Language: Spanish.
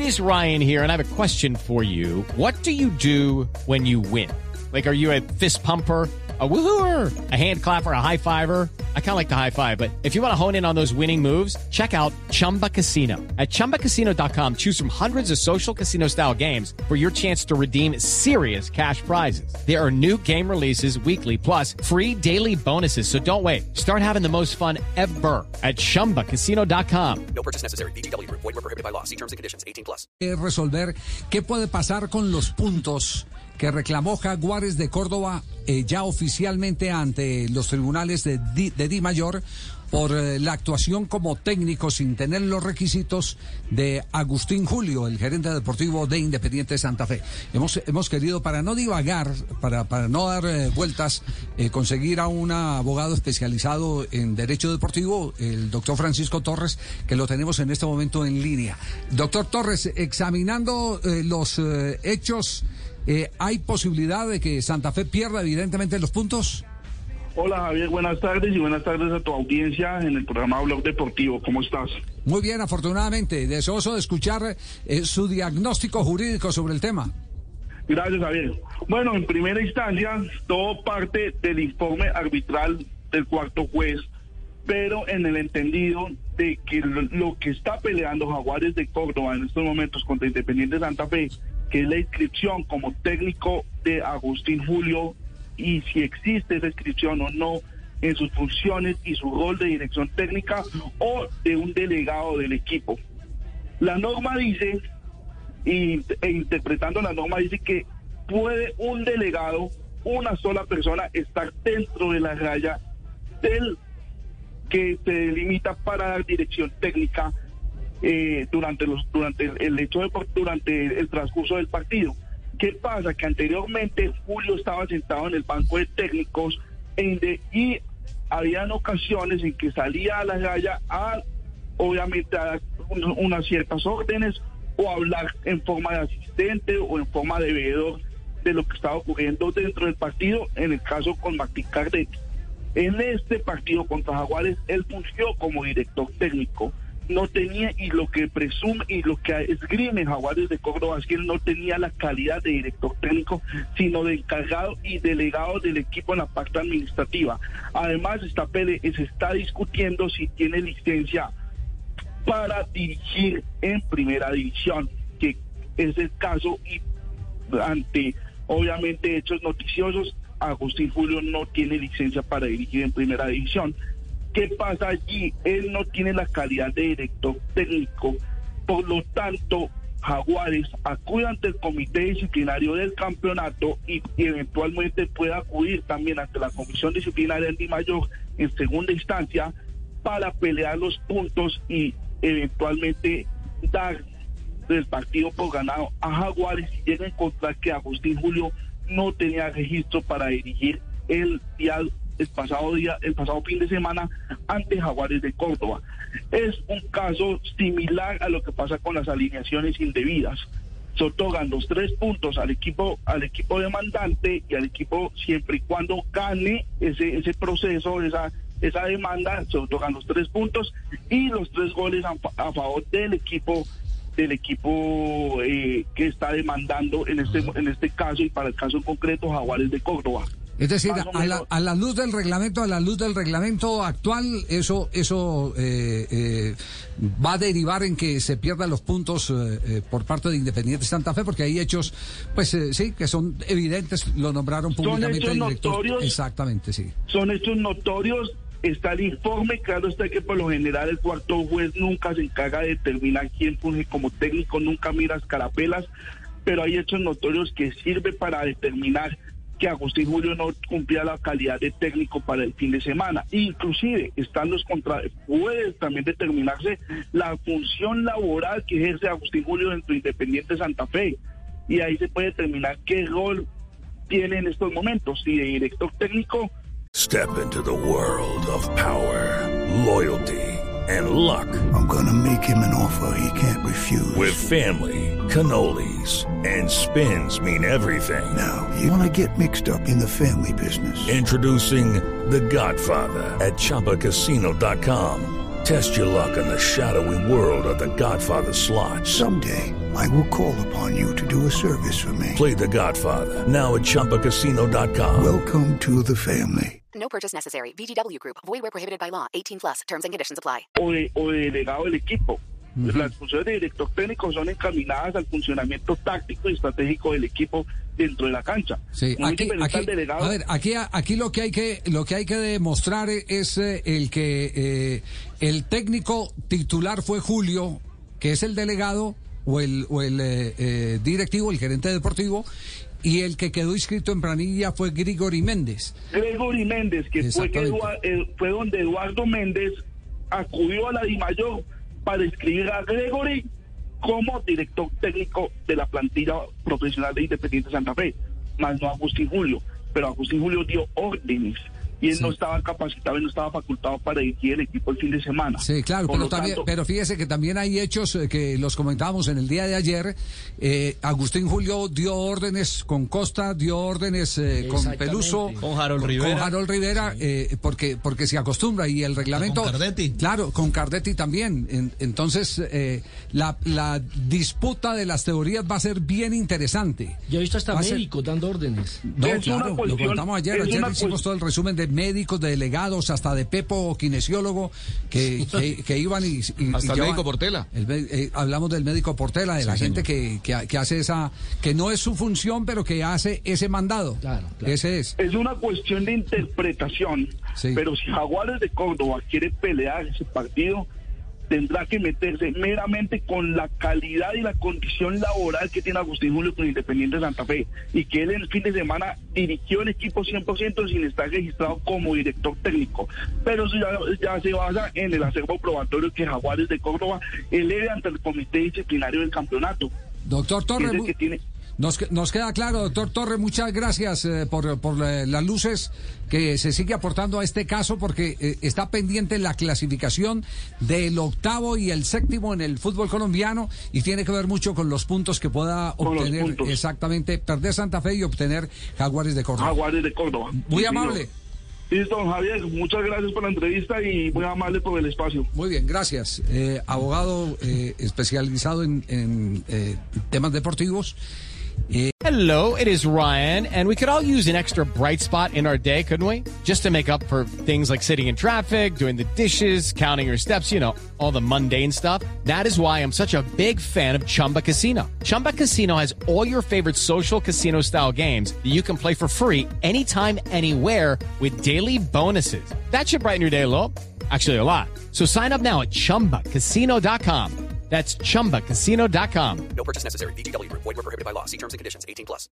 It is Ryan here, and I have a question for you. What do you do when you win? Like, are you a fist pumper, a woohooer, a hand clapper, a high fiver? I kind of like the high five, but if you want to hone in on those winning moves, check out Chumba Casino. At ChumbaCasino.com, choose from hundreds of social casino-style games for your chance to redeem serious cash prizes. There are new game releases weekly, plus free daily bonuses. So don't wait. Start having the most fun ever at ChumbaCasino.com. No purchase necessary. VGW Group. Void where prohibited by law. See terms and conditions. 18+. Resolver qué puede pasar con los puntos que reclamó Jaguares de Córdoba ya oficialmente ante los tribunales de Dimayor por la actuación como técnico sin tener los requisitos de Agustín Julio, el gerente deportivo de Independiente Santa Fe. Hemos querido, para no divagar, para no dar vueltas, conseguir a un abogado especializado en Derecho Deportivo, el doctor Francisco Torres, que lo tenemos en este momento en línea. Doctor Torres, examinando los hechos, ¿hay posibilidad de que Santa Fe pierda evidentemente los puntos? Hola Javier, buenas tardes y buenas tardes a tu audiencia en el programa Blog Deportivo. ¿Cómo estás? Muy bien, afortunadamente. Deseoso de escuchar su diagnóstico jurídico sobre el tema. Gracias, Javier. Bueno, en primera instancia, todo parte del informe arbitral del cuarto juez, pero en el entendido de que lo que está peleando Jaguares de Córdoba en estos momentos contra Independiente Santa Fe, que es la inscripción como técnico de Agustín Julio, y si existe esa inscripción o no en sus funciones y su rol de dirección técnica o de un delegado del equipo. La norma dice, e interpretando la norma, dice que puede un delegado, una sola persona, estar dentro de la raya del que se delimita para dar dirección técnica durante el transcurso del partido. ¿Qué pasa? Que anteriormente Julio estaba sentado en el banco de técnicos y habían ocasiones en que salía a la raya obviamente a dar unas ciertas órdenes o hablar en forma de asistente o en forma de veedor de lo que estaba ocurriendo dentro del partido, en el caso con Martín Cardetti. En este partido contra Jaguares, él fungió como director técnico. No tenía, y lo que presume y lo que esgrime Jaguares de Córdoba es que él no tenía la calidad de director técnico, sino de encargado y delegado del equipo en la parte administrativa. Además, se está discutiendo si tiene licencia para dirigir en primera división, que es el caso, y ante obviamente hechos noticiosos, Agustín Julio no tiene licencia para dirigir en primera división. ¿Qué pasa allí? Él no tiene la calidad de director técnico, por lo tanto, Jaguares acude ante el comité disciplinario del campeonato y eventualmente puede acudir también ante la comisión disciplinaria en Dimayor en segunda instancia para pelear los puntos y eventualmente dar el partido por ganado a Jaguares si llega a encontrar que Agustín Julio no tenía registro para dirigir el pasado fin de semana ante Jaguares de Córdoba. Es un caso similar a lo que pasa con las alineaciones indebidas. Se otorgan los 3 puntos al equipo demandante y al equipo, siempre y cuando gane ese proceso, esa demanda, se otorgan los 3 puntos y los 3 goles a favor del equipo que está demandando en este caso, y para el caso en concreto Jaguares de Córdoba. Es decir, a la luz del reglamento actual, eso va a derivar en que se pierdan los puntos por parte de Independiente Santa Fe, porque hay hechos, sí, que son evidentes, lo nombraron públicamente el director. Notorios, exactamente, sí. Son hechos notorios. Está el informe, claro está que por lo general el cuarto juez nunca se encarga de determinar quién funge como técnico, nunca mira escarapelas, pero hay hechos notorios que sirven para determinar que Agustín Julio no cumplía la calidad de técnico para el fin de semana. Inclusive puede también determinarse la función laboral que ejerce Agustín Julio dentro de Independiente Santa Fe, y ahí se puede determinar qué rol tiene en estos momentos, si de director técnico. Step into the world of power, loyalty, and luck. I'm gonna make him an offer he can't refuse. With family, cannolis, and spins mean everything. Now, you wanna get mixed up in the family business. Introducing The Godfather at ChumbaCasino.com. Test your luck in the shadowy world of The Godfather slot. Someday, I will call upon you to do a service for me. Play The Godfather, now at ChumbaCasino.com. Welcome to the family. No purchase necessary. VGW Group. Void where prohibited by law. 18+. Terms and conditions apply. O de delegado del equipo. Las funciones de director técnico son encaminadas al funcionamiento táctico y estratégico del equipo dentro de la cancha. Sí, Muy aquí, diferente al delegado. a ver, aquí lo que hay que demostrar es el que el técnico titular fue Julio, que es el delegado o el directivo, el gerente deportivo, y el que quedó inscrito en planilla fue Grigori Méndez. Grigori Méndez, que fue donde Eduardo Méndez acudió a la DIMAYOR para inscribir a Grigori como director técnico de la plantilla profesional de Independiente Santa Fe, más no Agustín Julio. Pero Agustín Julio dio órdenes y él no estaba capacitado y no estaba facultado para dirigir el equipo el fin de semana. Sí, claro, pero fíjese que también hay hechos que los comentábamos en el día de ayer. Agustín Julio dio órdenes con Costa, dio órdenes con Peluso, con Harold Rivera, porque se acostumbra y el reglamento. Con Cardetti. Claro, con Cardetti también. Entonces, la disputa de las teorías va a ser bien interesante. Yo he visto hasta médicos dando órdenes. No, claro, lo comentamos ayer. Ayer hicimos todo el resumen de médicos, de delegados, hasta de Pepo, kinesiólogo, que iban y hasta el médico Portela. Hablamos del médico Portela, de la gente que hace esa, que no es su función, pero que hace ese mandado. Claro. Ese es. Es una cuestión de interpretación, pero si Jaguares de Córdoba quiere pelear ese partido, tendrá que meterse meramente con la calidad y la condición laboral que tiene Agustín Julio con Independiente Santa Fe, y que él el fin de semana dirigió el equipo 100% sin estar registrado como director técnico. Pero eso ya se basa en el acervo probatorio que Jaguares de Córdoba eleve ante el comité disciplinario del campeonato. Doctor Torre, nos queda claro, doctor Torre, muchas gracias por las luces que se sigue aportando a este caso, porque está pendiente la clasificación del octavo y el séptimo en el fútbol colombiano, y tiene que ver mucho con los puntos que pueda obtener, exactamente, perder Santa Fe y obtener Jaguares de Córdoba. Jaguares de Córdoba. Muy amable. Listo, don Javier, muchas gracias por la entrevista y muy amable por el espacio. Muy bien, gracias. Abogado especializado en temas deportivos. Hello, it is Ryan, and we could all use an extra bright spot in our day, couldn't we? Just to make up for things like sitting in traffic, doing the dishes, counting your steps, you know, all the mundane stuff. That is why I'm such a big fan of Chumba Casino. Chumba Casino has all your favorite social casino-style games that you can play for free anytime, anywhere with daily bonuses. That should brighten your day a little. Actually, a lot. So sign up now at ChumbaCasino.com. That's ChumbaCasino.com. No purchase necessary. VGW Group. Void where prohibited by law. See terms and conditions. 18+.